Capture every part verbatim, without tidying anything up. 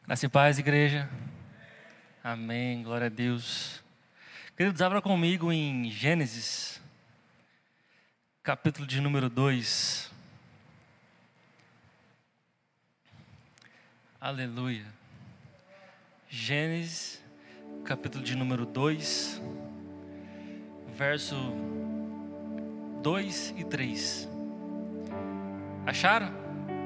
Graça e paz, igreja. Amém, glória a Deus. Queridos, abra comigo em Gênesis, capítulo de número dois. Aleluia. Gênesis, capítulo de número dois, verso dois e três. Acharam?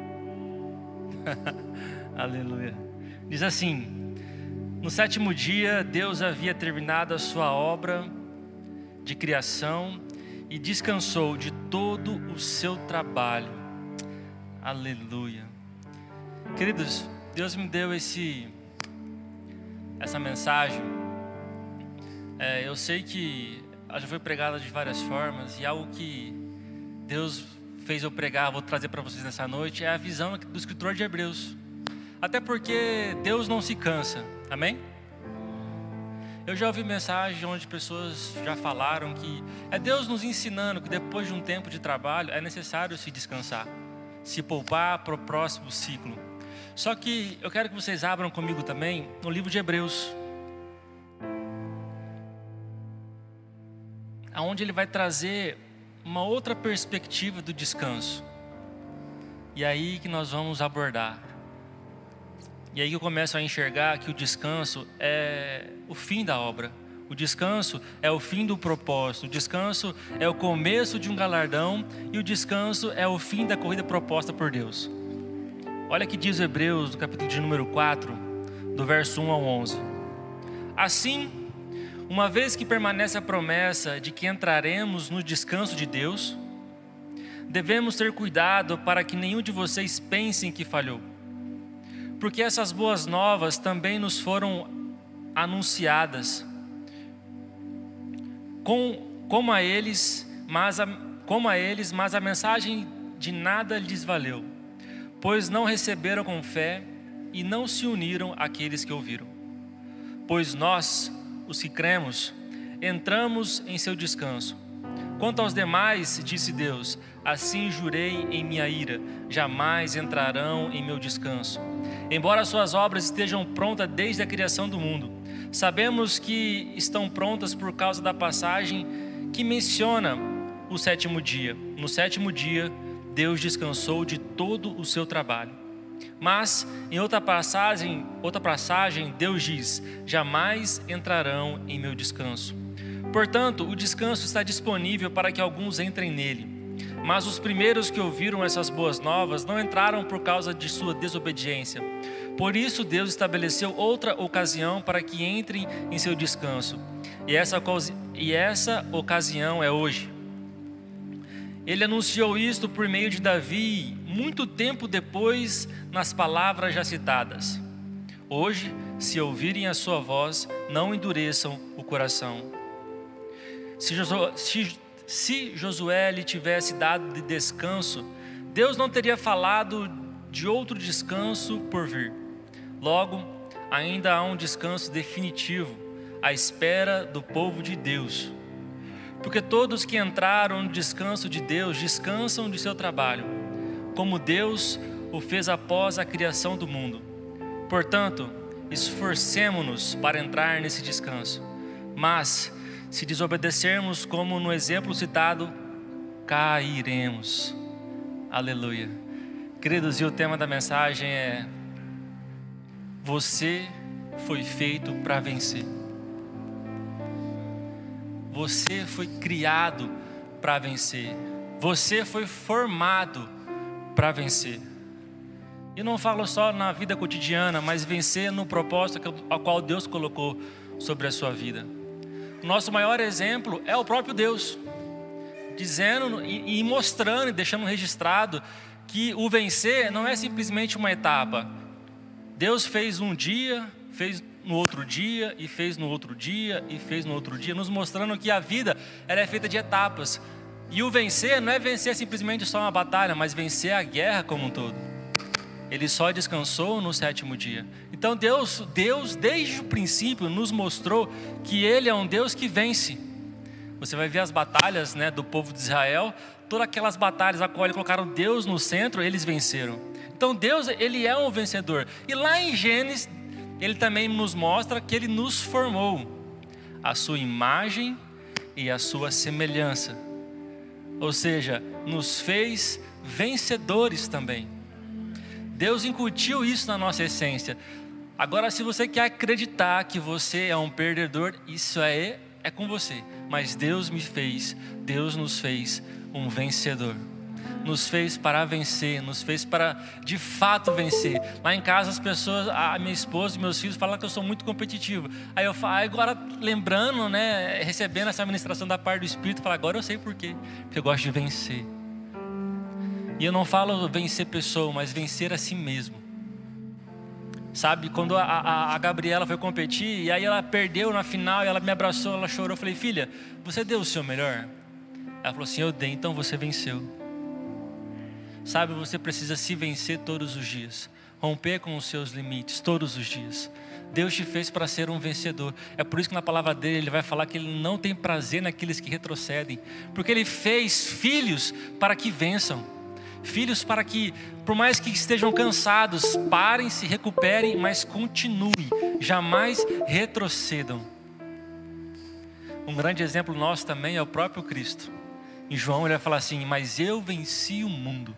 Aleluia. Diz assim: no sétimo dia, Deus havia terminado a sua obra de criação e descansou de todo o seu trabalho. Aleluia. Queridos, Deus me deu esse, essa mensagem. É, eu sei que ela já foi pregada de várias formas, e algo que Deus fez eu pregar, vou trazer para vocês nessa noite, é a visão do escritor de Hebreus. Até porque Deus não se cansa, amém? Eu já ouvi mensagens onde pessoas já falaram que é Deus nos ensinando que depois de um tempo de trabalho é necessário se descansar, se poupar para o próximo ciclo. Só que eu quero que vocês abram comigo também no livro de Hebreus, onde ele vai trazer uma outra perspectiva do descanso. E aí que nós vamos abordar. E aí que eu começo a enxergar que o descanso é o fim da obra. O descanso é o fim do propósito. O descanso é o começo de um galardão. E o descanso é o fim da corrida proposta por Deus. Olha que diz Hebreus, no capítulo de número quatro, do verso um ao onze. Assim, uma vez que permanece a promessa de que entraremos no descanso de Deus, devemos ter cuidado para que nenhum de vocês pense que falhou. Porque essas boas novas também nos foram anunciadas, com, como, a eles, mas a, como a eles, mas a mensagem de nada lhes valeu, pois não receberam com fé e não se uniram àqueles que ouviram. Pois nós, os que cremos, entramos em seu descanso. Quanto aos demais, disse Deus, assim jurei em minha ira, jamais entrarão em meu descanso. Embora suas obras estejam prontas desde a criação do mundo, sabemos que estão prontas por causa da passagem que menciona o sétimo dia. No sétimo dia, Deus descansou de todo o seu trabalho. Mas, em outra passagem, outra passagem, Deus diz, jamais entrarão em meu descanso. Portanto, o descanso está disponível para que alguns entrem nele. Mas os primeiros que ouviram essas boas novas não entraram por causa de sua desobediência. Por isso Deus estabeleceu outra ocasião para que entrem em seu descanso. E essa, e essa ocasião é hoje. Ele anunciou isto por meio de Davi, muito tempo depois, nas palavras já citadas. Hoje, se ouvirem a sua voz, não endureçam o coração. Se Josué, se, se Josué lhe tivesse dado de descanso, Deus não teria falado de outro descanso por vir. Logo, ainda há um descanso definitivo, à espera do povo de Deus. Porque todos que entraram no descanso de Deus, descansam de seu trabalho, como Deus o fez após a criação do mundo. Portanto, esforcemo-nos para entrar nesse descanso. Mas, se desobedecermos, como no exemplo citado, cairemos. Aleluia. Queridos, e o tema da mensagem é: você foi feito para vencer. Você foi criado para vencer. Você foi formado para vencer. E não falo só na vida cotidiana, mas vencer no propósito ao qual Deus colocou sobre a sua vida. Nosso maior exemplo é o próprio Deus, dizendo e mostrando e deixando registrado que o vencer não é simplesmente uma etapa. Deus fez um dia, fez no outro dia, e fez no outro dia, e fez no outro dia, nos mostrando que a vida ela é feita de etapas. E o vencer não é vencer simplesmente só uma batalha, mas vencer a guerra como um todo. Ele só descansou no sétimo dia. Então Deus, Deus desde o princípio nos mostrou que Ele é um Deus que vence. Você vai ver as batalhas, né, do povo de Israel, todas aquelas batalhas a qual eles colocaram Deus no centro, eles venceram. Então Deus, Ele é um vencedor. E lá em Gênesis, Ele também nos mostra que Ele nos formou a sua imagem e a sua semelhança. Ou seja, nos fez vencedores também. Deus incutiu isso na nossa essência. Agora, se você quer acreditar que você é um perdedor, isso é, é com você. Mas Deus me fez, Deus nos fez um vencedor. Nos fez para vencer, nos fez para de fato vencer. Lá em casa as pessoas, a minha esposa e meus filhos falam que eu sou muito competitivo. Aí eu falo, agora lembrando, né, recebendo essa ministração da parte do Espírito, eu falo, agora eu sei por quê. Porque eu gosto de vencer. E eu não falo vencer pessoa, mas vencer a si mesmo. Sabe, quando a, a, a Gabriela foi competir, e aí ela perdeu na final, e ela me abraçou, ela chorou, eu falei, filha, você deu o seu melhor? Ela falou assim, eu dei, então você venceu. Sabe, você precisa se vencer todos os dias, romper com os seus limites todos os dias. Deus te fez para ser um vencedor. É por isso que na palavra dele ele vai falar que ele não tem prazer naqueles que retrocedem, porque ele fez filhos para que vençam, filhos para que, por mais que estejam cansados, parem, se recuperem, mas continuem, jamais retrocedam. Um grande exemplo nosso também é o próprio Cristo. Em João ele vai falar assim, mas eu venci o mundo.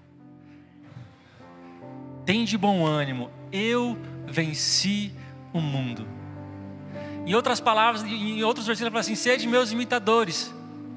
Tem de bom ânimo, eu venci o mundo. Em outras palavras, em outros versículos ele fala assim, sede meus imitadores.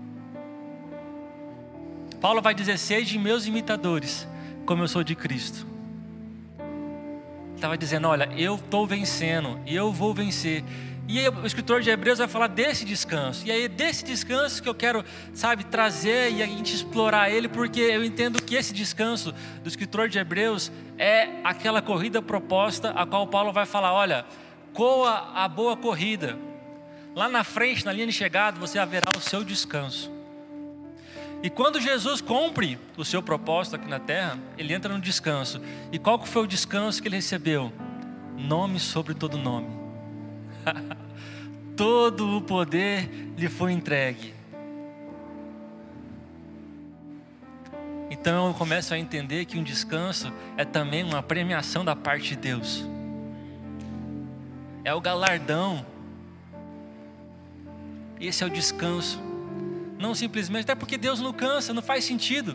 Paulo vai dizer, sede meus imitadores, como eu sou de Cristo. Ele estava dizendo, olha, eu estou vencendo, eu vou vencer. E aí, o escritor de Hebreus vai falar desse descanso. E aí é desse descanso que eu quero, sabe, trazer e a gente explorar ele, porque eu entendo que esse descanso do escritor de Hebreus é aquela corrida proposta, a qual Paulo vai falar, olha, coa a boa corrida. Lá na frente, na linha de chegada, você haverá o seu descanso. E quando Jesus cumpre o seu propósito aqui na terra, ele entra no descanso. E qual que foi o descanso que ele recebeu? Nome sobre todo nome. Todo o poder lhe foi entregue. Então eu começo a entender que um descanso é também uma premiação da parte de Deus. É o galardão. Esse é o descanso. Não simplesmente, até porque Deus não cansa, não faz sentido.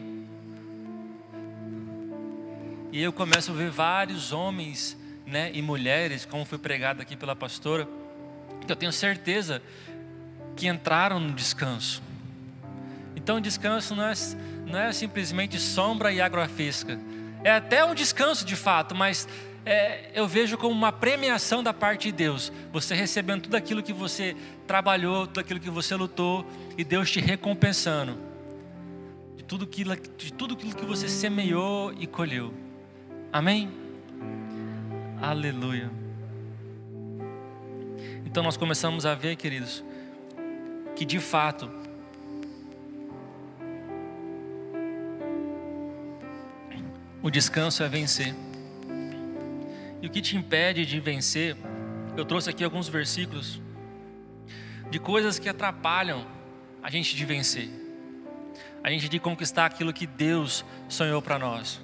E eu começo a ver vários homens, né, e mulheres, como foi pregado aqui pela pastora, que eu tenho certeza que entraram no descanso. Então o descanso não é, não é simplesmente sombra e água fresca. É até um descanso de fato, mas é, eu vejo como uma premiação da parte de Deus. Você recebendo tudo aquilo que você trabalhou, tudo aquilo que você lutou, e Deus te recompensando de tudo aquilo, de tudo aquilo que você semeou e colheu. Amém? Aleluia. Então nós começamos a ver, queridos, que de fato o descanso é vencer. E o que te impede de vencer, eu trouxe aqui alguns versículos de coisas que atrapalham a gente de vencer, a gente de conquistar aquilo que Deus sonhou para nós.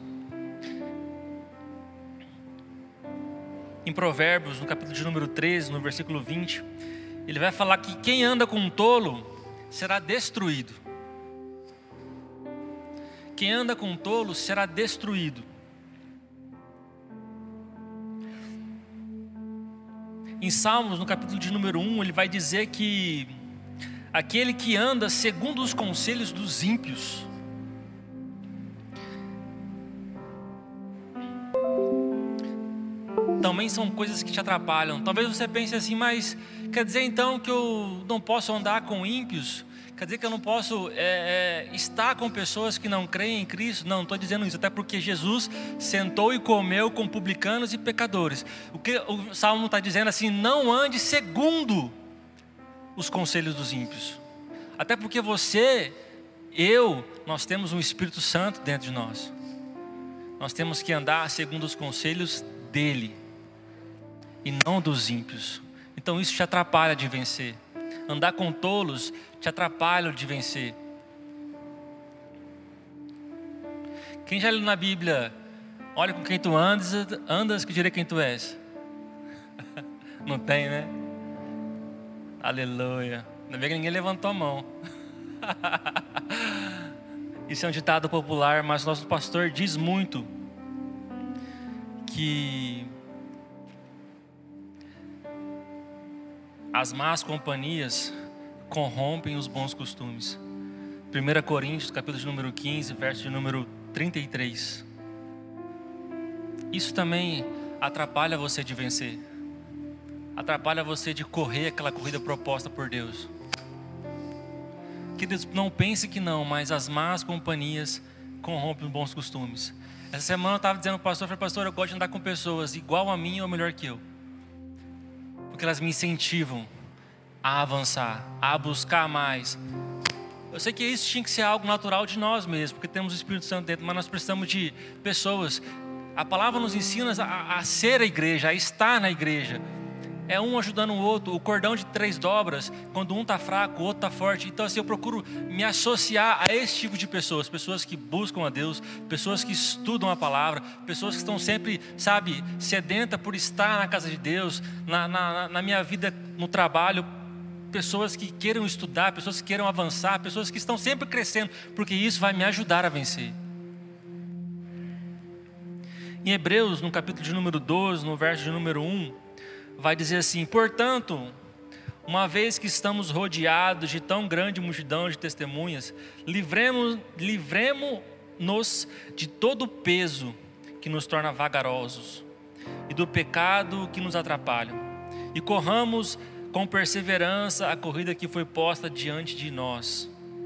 Em Provérbios, no capítulo de número treze, no versículo vinte, ele vai falar que quem anda com um tolo será destruído. Quem anda com um tolo será destruído. Em Salmos, no capítulo de número um, ele vai dizer que aquele que anda segundo os conselhos dos ímpios também são coisas que te atrapalham. Talvez você pense assim, mas quer dizer então que eu não posso andar com ímpios? Quer dizer que eu não posso é, é, estar com pessoas que não creem em Cristo? Não, não estou dizendo isso, até porque Jesus sentou e comeu com publicanos e pecadores. O que o Salmo está dizendo assim, não ande segundo os conselhos dos ímpios. Até porque você, eu, nós temos um Espírito Santo dentro de nós. Nós temos que andar segundo os conselhos dele e não dos ímpios. Então isso te atrapalha de vencer. Andar com tolos te atrapalha de vencer. Quem já leu na Bíblia Olha com quem tu andas, andas que direi quem tu és. Não tem, né? Aleluia. Ainda bem que ninguém levantou a mão. Isso é um ditado popular, mas nosso pastor diz muito que as más companhias corrompem os bons costumes. primeira Coríntios, capítulo de número quinze, verso de número trinta e três. Isso também atrapalha você de vencer. Atrapalha você de correr aquela corrida proposta por Deus. Queridos, não pense que não, mas as más companhias corrompem os bons costumes. Essa semana eu estava dizendo ao pastor, eu falei, pastor, eu gosto de andar com pessoas igual a mim ou melhor que eu. Porque elas me incentivam a avançar, a buscar mais. Eu sei que isso tinha que ser algo natural de nós mesmos, porque temos o Espírito Santo dentro, mas nós precisamos de pessoas. A palavra nos ensina a, a ser a igreja, a estar na igreja. É um ajudando o outro, o cordão de três dobras, quando um está fraco, o outro está forte. Então assim, eu procuro me associar a esse tipo de pessoas, pessoas que buscam a Deus, pessoas que estudam a palavra, pessoas que estão sempre, sabe, sedenta por estar na casa de Deus, na, na, na minha vida, no trabalho, pessoas que queiram estudar, pessoas que queiram avançar, pessoas que estão sempre crescendo, porque isso vai me ajudar a vencer. Em Hebreus, no capítulo de número doze, no verso de número um, vai dizer assim: portanto, uma vez que estamos rodeados de tão grande multidão de testemunhas, livremos, livremos-nos de todo o peso que nos torna vagarosos e do pecado que nos atrapalha, e corramos com perseverança a corrida que foi posta diante de nós.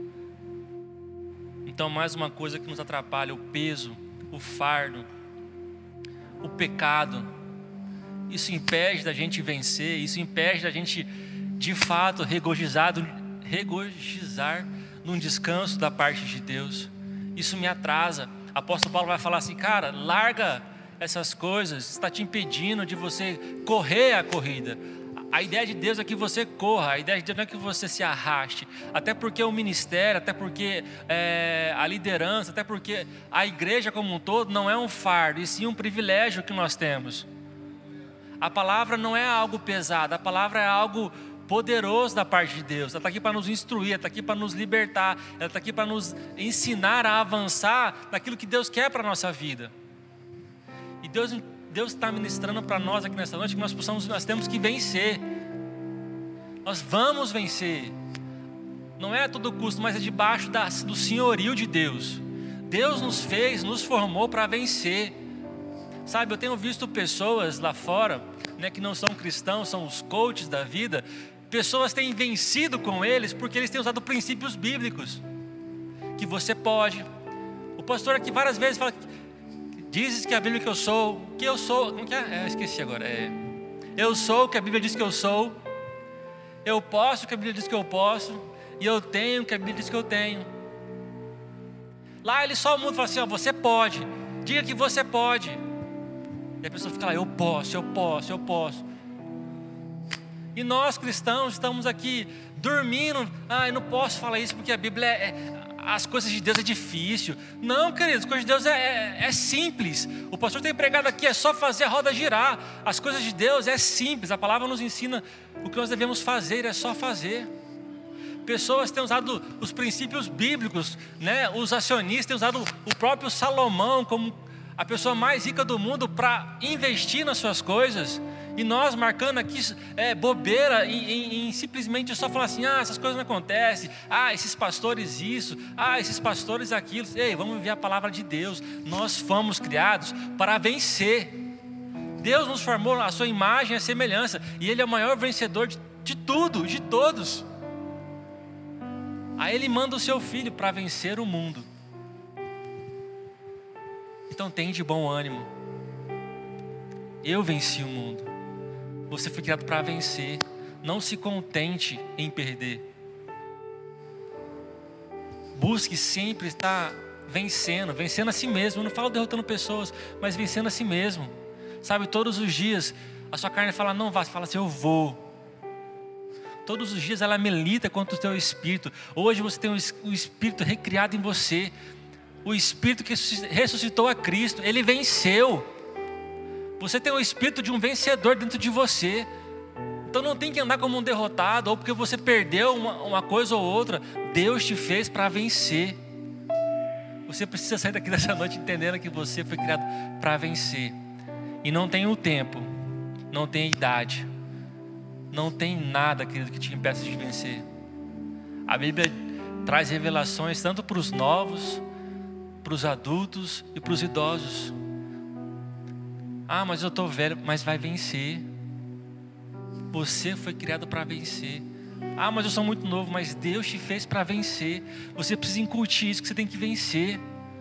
Então, mais uma coisa que nos atrapalha: o peso, o fardo, o pecado. Isso impede da gente vencer, isso impede da gente, de fato, regozijar, regozijar num descanso da parte de Deus. Isso me atrasa. O apóstolo Paulo vai falar assim: cara, larga essas coisas, está te impedindo de você correr a corrida. A ideia de Deus é que você corra, a ideia de Deus não é que você se arraste. Até porque o ministério, até porque é, a liderança, até porque a igreja como um todo não é um fardo, e sim um privilégio que nós temos. A palavra não é algo pesado, a palavra é algo poderoso da parte de Deus. Ela está aqui para nos instruir, ela está aqui para nos libertar, ela está aqui para nos ensinar a avançar naquilo que Deus quer para a nossa vida. E Deus Deus está ministrando para nós aqui nessa noite que nós possamos, nós temos que vencer. Nós vamos vencer. Não é a todo custo, mas é debaixo da, do senhorio de Deus. Deus nos fez, nos formou para vencer. Sabe, eu tenho visto pessoas lá fora, né, que não são cristãos, são os coaches da vida. Pessoas têm vencido com eles porque eles têm usado princípios bíblicos. Que você pode. O pastor aqui várias vezes fala: dizes que a Bíblia que eu sou, que eu sou, como que é? é eu esqueci agora. É, eu sou o que a Bíblia diz que eu sou. Eu posso o que a Bíblia diz que eu posso. E eu tenho o que a Bíblia diz que eu tenho. Lá ele só muda e fala assim: ó, você pode. Diga que você pode. E a pessoa fica lá: eu posso, eu posso, eu posso. E nós cristãos estamos aqui dormindo. Ah, eu não posso falar isso porque a Bíblia é... é as coisas de Deus é difícil. Não, queridos, as coisas de Deus é, é, é simples. O pastor tem pregado aqui, é só fazer a roda girar. As coisas de Deus é simples. A palavra nos ensina o que nós devemos fazer, é só fazer. Pessoas têm usado os princípios bíblicos, né? Os acionistas têm usado o próprio Salomão como a pessoa mais rica do mundo para investir nas suas coisas. E nós marcando aqui é, bobeira em, em, em simplesmente só falar assim: ah, essas coisas não acontecem, ah, esses pastores isso, ah, esses pastores aquilo. Ei, vamos ver a palavra de Deus. Nós fomos criados para vencer. Deus nos formou a sua imagem e a semelhança, e Ele é o maior vencedor de, de tudo, de todos. Aí Ele manda o seu Filho para vencer o mundo. Então tem de bom ânimo. Eu venci o mundo. Você foi criado para vencer. Não se contente em perder. Busque sempre estar vencendo, vencendo a si mesmo. Eu não falo derrotando pessoas, mas vencendo a si mesmo. Sabe, todos os dias a sua carne fala: não vá, você fala assim: eu vou. Todos os dias ela milita contra o teu espírito. Hoje você tem o espírito recriado em você. o Espírito que ressuscitou a Cristo, ele venceu. Você tem o Espírito de um vencedor dentro de você. Então não tem que andar como um derrotado, ou porque você perdeu uma, uma coisa ou outra. Deus te fez para vencer. Você precisa sair daqui dessa noite entendendo que você foi criado para vencer. E não tem o tempo, não tem a idade, não tem nada, querido, que te impeça de vencer. A Bíblia traz revelações tanto para os novos, para os adultos e para os idosos. Ah, mas eu estou velho, mas vai vencer. Você foi criado para vencer. Ah, mas eu sou muito novo, mas Deus te fez para vencer. Você precisa incutir isso, que você tem que vencer.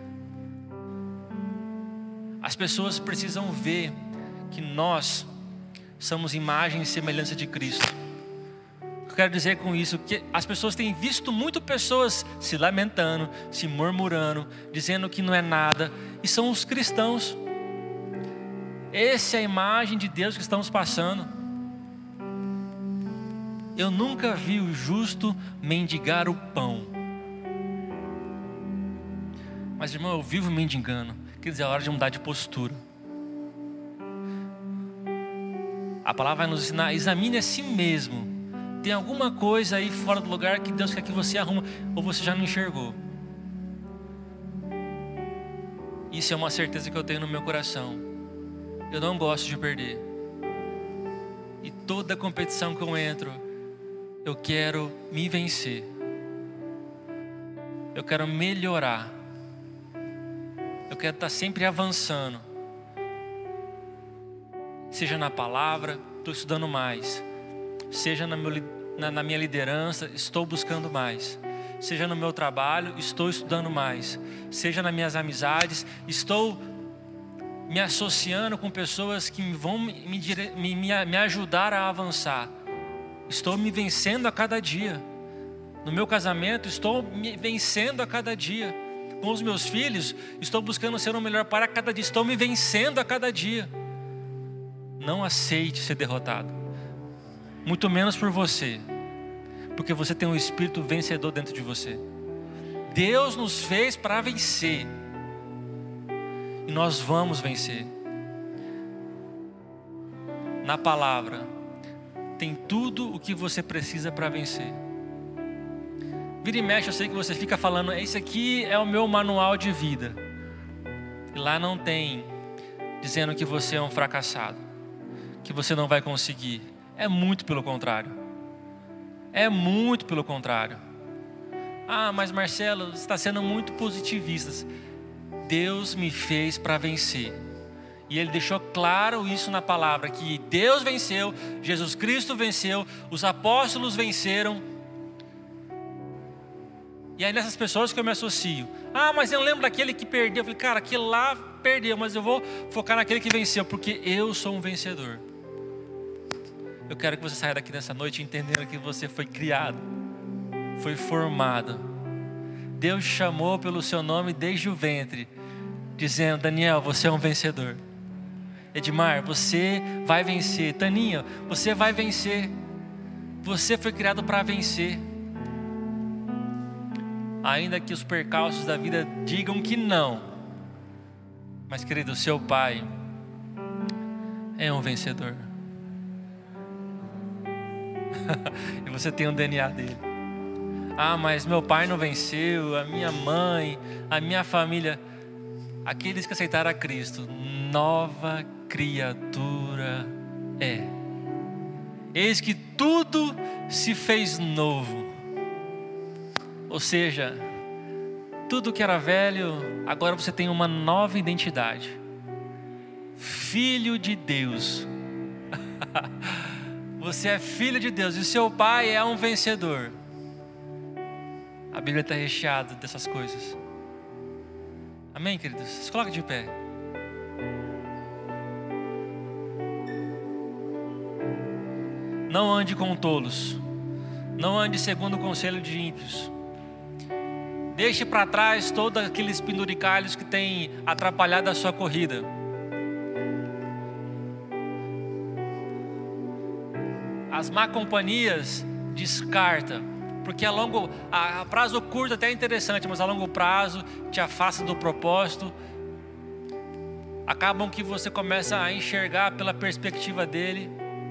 As pessoas precisam ver que nós somos imagem e semelhança de Cristo. Eu quero dizer com isso que as pessoas têm visto muito pessoas se lamentando, se murmurando, dizendo que não é nada, e são os cristãos. Essa é a imagem de Deus que estamos passando. Eu nunca vi o justo mendigar o pão. Mas, irmão, eu vivo mendigando. Quer dizer, é hora de mudar de postura. A palavra vai nos ensinar: examine a si mesmo. Tem alguma coisa aí fora do lugar que Deus quer que você arruma, ou você já não enxergou. Isso é uma certeza que eu tenho no meu coração. Eu não gosto de perder. E toda competição que eu entro, eu quero me vencer. Eu quero melhorar. Eu quero estar sempre avançando. Seja na palavra, estou estudando mais. Seja na, meu, na, na minha liderança, estou buscando mais. Seja no meu trabalho, estou estudando mais. Seja nas minhas amizades, estou me associando com pessoas que vão me, me, me, me ajudar a avançar. Estou me vencendo a cada dia. No meu casamento, estou me vencendo a cada dia. Com os meus filhos, estou buscando ser o melhor para a cada dia. Estou me vencendo a cada dia. Não aceite ser derrotado. Muito menos por você. Porque você tem um espírito vencedor dentro de você. Deus nos fez para vencer. E nós vamos vencer. Na palavra tem tudo o que você precisa para vencer. Vira e mexe, eu sei que você fica falando: esse aqui é o meu manual de vida. E lá não tem dizendo que você é um fracassado, que você não vai conseguir. É muito pelo contrário. É muito pelo contrário. Ah, mas Marcelo, você está sendo muito positivista. Deus me fez para vencer. E Ele deixou claro isso na palavra, que Deus venceu, Jesus Cristo venceu, os apóstolos venceram. E aí nessas pessoas que eu me associo: ah, mas eu lembro daquele que perdeu. Eu falei: cara, aquele lá perdeu, mas eu vou focar naquele que venceu, porque eu sou um vencedor. Eu quero que você saia daqui nessa noite entendendo que você foi criado, foi formado. Deus te chamou pelo seu nome desde o ventre, dizendo: Daniel, você é um vencedor. Edmar, você vai vencer. Taninha, você vai vencer. Você foi criado para vencer. Ainda que os percalços da vida digam que não, mas, querido, seu pai é um vencedor. E você tem o D N A dele. Ah, mas meu pai não venceu, a minha mãe, a minha família. Aqueles que aceitaram a Cristo, nova criatura é. Eis que tudo se fez novo. Ou seja, tudo que era velho, agora você tem uma nova identidade. Filho de Deus. Você é filho de Deus e seu pai é um vencedor. A Bíblia está recheada dessas coisas. Amém, queridos? Se coloca de pé. Não ande com tolos. Não ande segundo o conselho de ímpios. Deixe para trás todos aqueles penduricalhos que têm atrapalhado a sua corrida. As má companhias, descarta. porque a longo, a, a prazo curto até é interessante, mas a longo prazo te afasta do propósito. Acabam que você começa a enxergar pela perspectiva dele.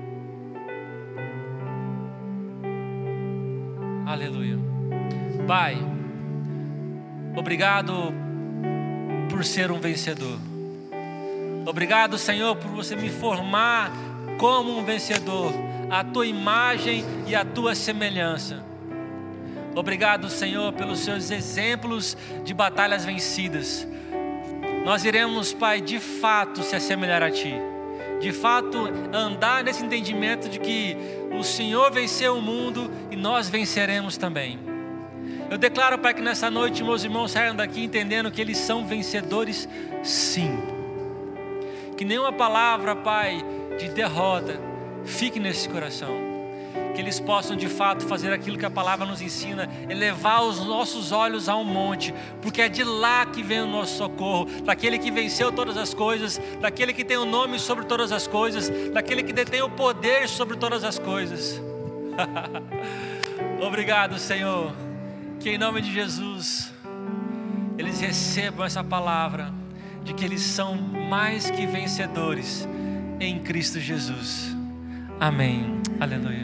Aleluia. Pai, obrigado por ser um vencedor. Obrigado, Senhor, por você me formar como um vencedor, a tua imagem e a tua semelhança. Obrigado, Senhor, pelos seus exemplos de batalhas vencidas. Nós iremos, Pai, de fato se assemelhar a Ti. De fato andar nesse entendimento de que o Senhor venceu o mundo e nós venceremos também. Eu declaro, Pai, que nessa noite meus irmãos saiam daqui entendendo que eles são vencedores, sim. Que nenhuma palavra, Pai, de derrota fique nesse coração. Que eles possam de fato fazer aquilo que a palavra nos ensina, elevar os nossos olhos a um monte, porque é de lá que vem o nosso socorro, daquele que venceu todas as coisas, daquele que tem o nome sobre todas as coisas, daquele que detém o poder sobre todas as coisas. Obrigado, Senhor. Que em nome de Jesus eles recebam essa palavra de que eles são mais que vencedores em Cristo Jesus. Amém. Aleluia.